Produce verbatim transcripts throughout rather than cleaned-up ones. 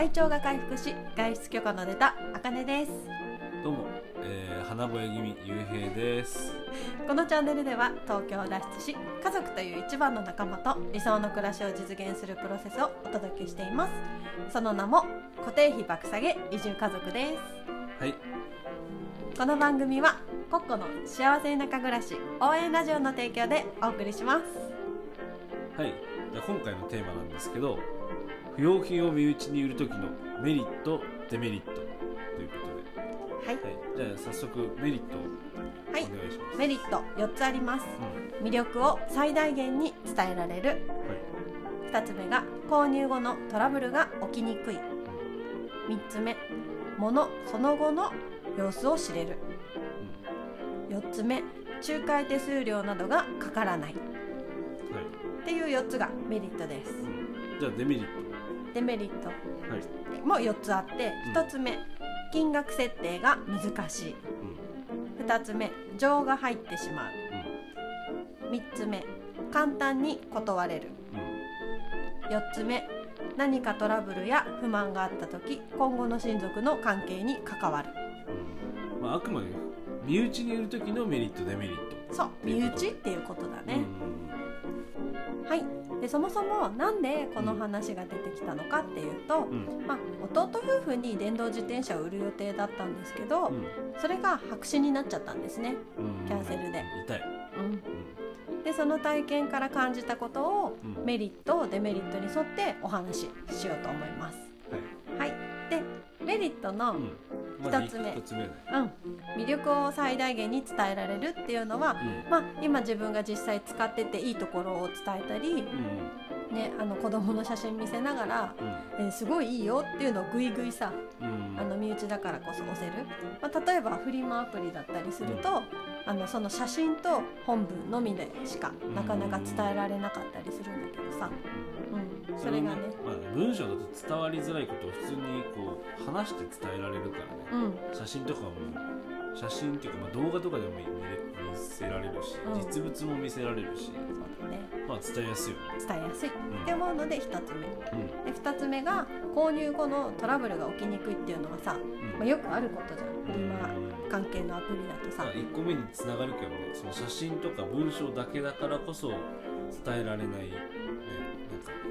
体調が回復し外出許可の出たあかねです。 どうも、えー、鼻声気味ゆうへいです。 このチャンネルでは東京を脱出し家族という一番の仲間と理想の暮らしを実現するプロセスをお届けしています。その名も固定費爆下げ移住家族です。 はい、 この番組はコッコの幸せ田舎暮らし応援ラジオの提供でお送りします。 はい、じゃあ今回のテーマなんですけど、不要品を身内に売るときのメリットデメリットということで、 はい、 はい、じゃあ早速メリットをお願いします。 はい、メリットよっつあります、うん、魅力を最大限に伝えられる、はい、ふたつめが購入後のトラブルが起きにくい、うん、みっつめ物その後の様子を知れる、うん、よっつ目仲介手数料などがかからない、はい、っていうよっつがメリットです、うん、 じゃあデメリットデメリットもよっつあって、ひとつめ金額設定が難しい、うん、ふたつめ情が入ってしまう、うん、みっつめ簡単に断れる、うん、よっつめ何かトラブルや不満があった時今後の親族の関係に関わる、 うん、まあ、あくまで身内にいる時のメリットデメリット、 そう身内っていうことだね、うん、はい。でそもそもなんでこの話が出てきたのかっていうと、うんまあ、弟夫婦に電動自転車を売る予定だったんですけど、うん、それが白紙になっちゃったんですね、うん、キャンセルで痛い、 うん、でその体験から感じたことを、うん、メリットデメリットに沿ってお話ししようと思います、はい、はい、でメリットのふたつめ、うん、魅力を最大限に伝えられるっていうのは、うんまあ、今自分が実際使ってていいところを伝えたり、うんね、あの子供の写真見せながら、うんえー、すごいいいよっていうのをグイグイさ、うん、あの身内だからこそ押せる、まあ、例えばフリマアプリだったりすると、うん、あのその写真と本文のみでしかなかなか伝えられなかったりするんだけどさ、うん、それがね、 まあ、文章だと伝わりづらいことを普通にこう話して伝えられるからね、うん、写真とかも写真っていうか、まあ、動画とかでも 見, 見せられるし、うん、実物も見せられるし、そうだね、まあ、伝えやすいよね、 伝えやすい、うん、って思うのでひとつめ、うん、でふたつめが購入後のトラブルが起きにくいっていうのはさ、うんまあ、よくあることじゃん、フリマ関係のアプリだとさ、 いっこめにつながるけどね、その写真とか文章だけだからこそ伝えられない、ね、なんか、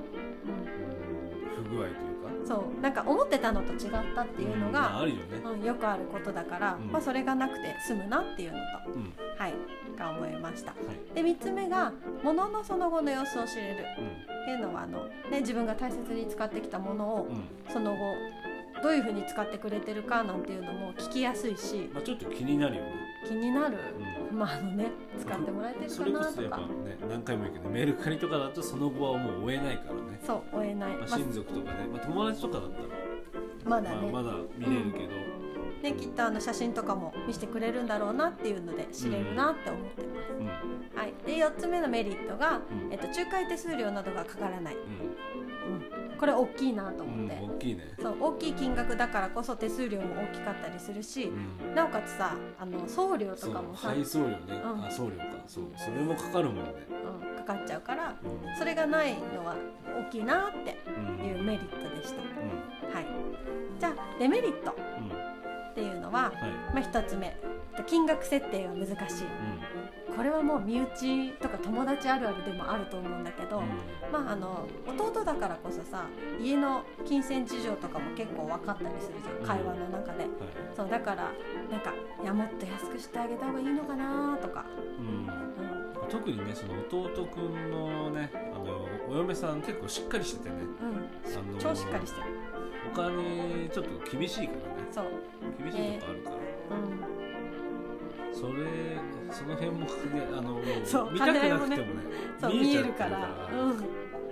うん、不具合というか、 そうなんか思ってたのと違ったっていうのが、 うん、あるよね、 うん、よくあることだから、うんまあ、それがなくて済むなっていうのと、うんはい、が思いました、はい、でみっつめが物のその後の様子を知れる、うん、っていうのはあの、ね、自分が大切に使ってきたものを、うん、その後どういう風に使ってくれてるかなんていうのも聞きやすいし、 まあ、ちょっと気になるよね、 気になる、うん、まああのね使ってもらえてるかなとか、それこそやっぱね何回も言うけどメルカリとかだとその後はもう追えないからね、 そう追えない、 まあ、親族とかね、まあ、友達とかだったらまだね、 まあ、まだ見れるけど、 うんね、きっとあの写真とかも見せてくれるんだろうなっていうので知れるなって思ってます、うんはい、でよっつめのメリットが、うんえっと、仲介手数料などがかからない、うんうん、これ大きいなと思って、 うん、大きいね、 そう大きい金額だからこそ手数料も大きかったりするし、うん、なおかつさあの送料とかもさ、 配送料ね、うん、あ送料か、そうそれもかかるもんね、 うん、かかっちゃうから、うん、それがないのは大きいなっていうメリットでした、うん、はい。じゃあデメリットっていうのは、はいまあ、ひとつめ金額設定が難しい、うん、これはもう身内とか友達あるあるでもあると思うんだけど、うんまあ、あの弟だからこそさ家の金銭事情とかも結構分かったりするじゃん、会話の中で、うんはい、そうだからなんかいやもっと安くしてあげた方がいいのかなとか、うんうん、 特にねその弟くんのねあのお嫁さん結構しっかりしててね、 うんあのー、超しっかりしてる、 お金ちょっと厳しいからね、 そう厳しいとこあるから、えー、うん、それその辺も、ね、あのそう見たくなくてもね、 そう見えるから、うん、だ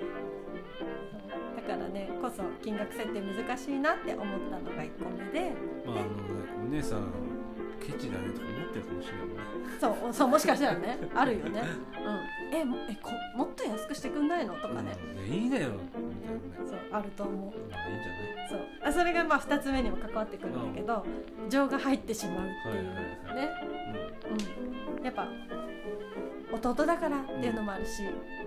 からねこそ金額設定難しいなって思ったのがいっこめで、 まああのね、お姉さんケチだねとか思ってるかもしれないね、 そうそうもしかしたらねあるよね、うん、ええこもっと安くしてくんないのとかね、 うん、いいねよみたいなね、 そうあると思う、 まあいいんじゃない、 そうあそれがまあふたつめにも関わってくるんだけど、うん、情が入ってしまうっていうね、はいはいはい、うん、うん、やっぱ弟だからっていうのもあるし、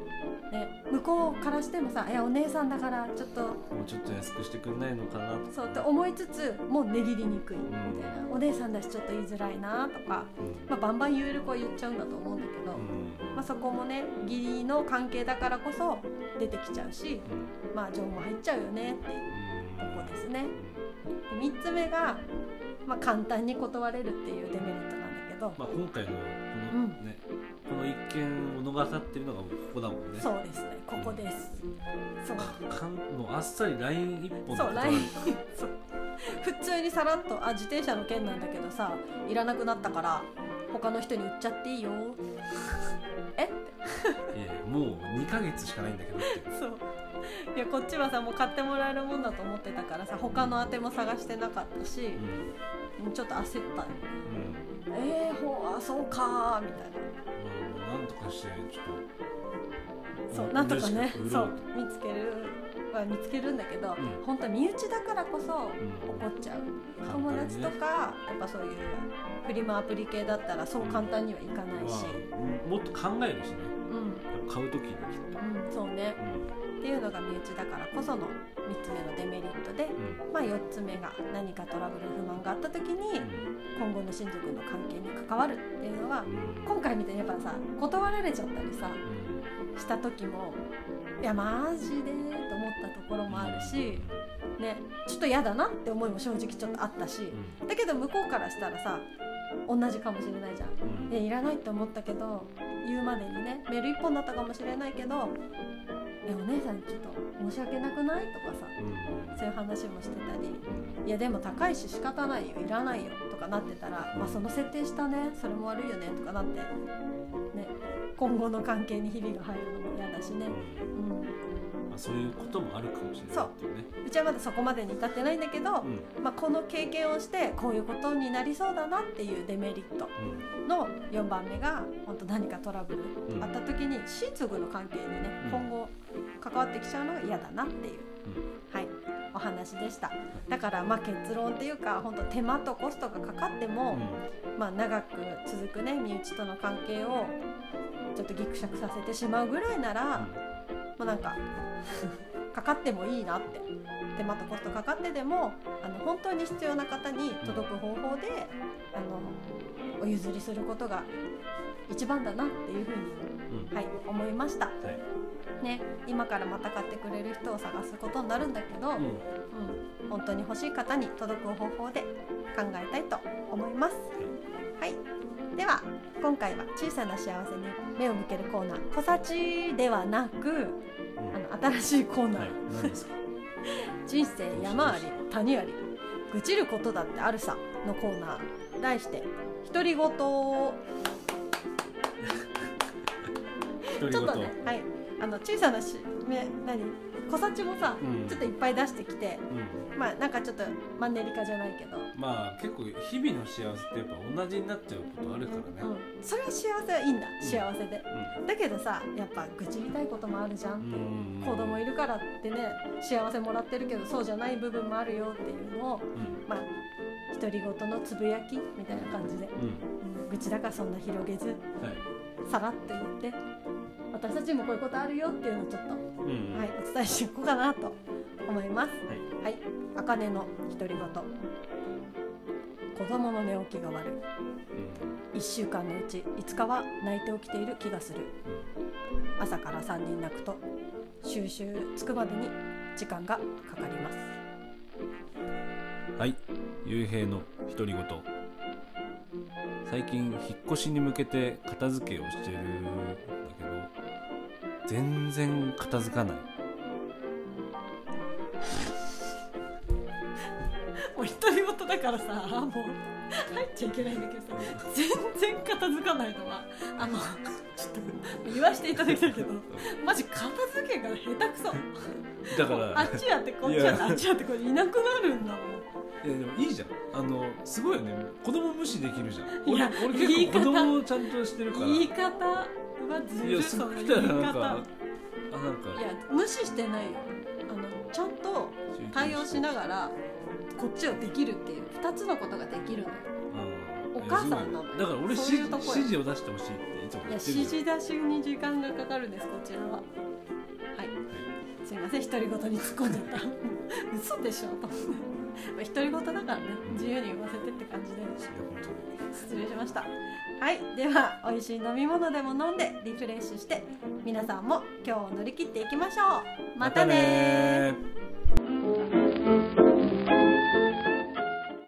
ね、向こうからしてもさ、いやお姉さんだからちょっともうちょっと安くしてくんないのかなとか、 そうって思いつつもう値切りにくいみたいな、うん、お姉さんだしちょっと言いづらいなとか、うんまあ、バンバン言える子は言っちゃうんだと思うんだけど、うんまあ、そこもね義理の関係だからこそ出てきちゃうし、うん、まあ情も入っちゃうよねっていうとこですね。みっつめが、まあ、簡単に断れるっていうデメリットなんだけど、 まあ、今回のこのね、うん、この一件物語ってるのがここだもんね。 そうですね、ここです、うん、そうかんもうあっさりライン一本でそうラインそう普通にさらっとあ自転車の件なんだけどさいらなくなったから他の人に売っちゃっていいよえっていやもうにかげつしかないんだけどってそういやこっちはさもう買ってもらえるもんだと思ってたからさ他の当ても探してなかったし、うん、ちょっと焦ったよ、うん、えー、ほあそうかーみたいな、 まあ、なんとかしてちょっとそうなんとかねそう見つけるは見つけるんだけど、うん、本当は身内だからこそ怒っちゃう、うん、友達とか、ね、やっぱそういうフリマアプリ系だったらそう簡単にはいかないし、 うん、もっと考えるしね、うん、買う時にきっと、 うん、そうね、うん、っていうのが身内だからこそのみっつめのデメリットで、うんまあ、よっつめが何かトラブル不満があった時に、うん、今後の親族の関係に関わるっていうのは、うん、今回みたいにやっぱさ断られちゃったりさ、うん、した時もいやマジでと思ったところもあるし、ね、ちょっと嫌だなって思いも正直ちょっとあったし、うん、だけど向こうからしたらさ同じかもしれないじゃん、うん、いやいらないって思ったけど言うまでにねメール一本だったかもしれないけどいやお姉さんにちょっと申し訳なくないとかさ、うん、そういう話もしてたりいやでも高いし仕方ないよいらないよとかなってたら、まあ、その設定したねそれも悪いよねとかなって、ね、今後の関係にひびが入るのも嫌だしね、うんまあ、そういうこともあるかもしれないっていうね。 そううちはまだそこまでに至ってないんだけど、うんまあ、この経験をしてこういうことになりそうだなっていうデメリットのよんばんめが本当何かトラブルあった時に親族の関係にね、うん、今後関わってきちゃうのが嫌だなっていう、うん、はいお話でした。だからまあ結論っていうか本当手間とコストがかかっても、うんまあ、長く続くね身内との関係をちょっとギクシャクさせてしまうぐらいなら、うん、もうなんかかかってもいいなって手間とコストかかってでもあの本当に必要な方に届く方法であのお譲りすることが一番だなっていうふうに、うんはい、思いました、はいね、今からまた買ってくれる人を探すことになるんだけど、うんうん、本当に欲しい方に届く方法で考えたいと思います、はい、では今回は小さな幸せに目を向けるコーナー小さちではなく、うん、あの新しいコーナー、はい、何ですか人生山あり谷あり愚痴ることだってあるさのコーナー題して独り言ちょっとね、はい、あの小さなしめ何小さちもさ、うん、ちょっといっぱい出してきて、うん、まあなんかちょっとマンネリ化じゃないけどまあ結構日々の幸せってやっぱ同じになっちゃうことあるからね、 うん、それは幸せはいいんだ、うん、幸せで、うん、だけどさやっぱ愚痴りたいこともあるじゃんっていう、うん、子供いるからってね幸せもらってるけどそうじゃない部分もあるよっていうのを、うん、まあ独り言のつぶやきみたいな感じで、うんうん、愚痴だからそんな広げず、はい、さらっと言って私たちもこういうことあるよっていうのをちょっと、うんうんはい、お伝えしていこうかなと思います。はい、はい、あかねの独り言。子供の寝起きが悪い、うん、いっしゅうかんのうちいつかは泣いて起きている気がする、うん、朝からさんにん泣くと収集つくまでに時間がかかります。 はい、ゆうへいの独り言。最近引っ越しに向けて片付けをしてるんだけど全然片付かない。 もう独り言だからさもう入っちゃいけないんだけどさ全然片付かないのはあのちょっと言わせていただきたいけどマジ片付けが下手くそだからあっちやってこっちやってあっちやってこれいなくなるんだもん。 いやでもいいじゃん、あのすごいよね、子供無視できるじゃん。俺, 俺結構子供をちゃんとしてるから言い方はずるい。その言い方なんかあなんかいや無視してないよ。あのちゃんと対応しながらこっちをできるっていうふたつのことができるのよ。お母さんなのよ。 だから俺指示を出してほしいっていつも言ってる。いや指示出しに時間がかかるんですこちらは。 いません、独り言に突っ込んじゃった嘘でしょと思って独り言だからね、自由に言わせてって感じで失礼しました。はい、では美味しい飲み物でも飲んでリフレッシュして、皆さんも今日を乗り切っていきましょう。またねー。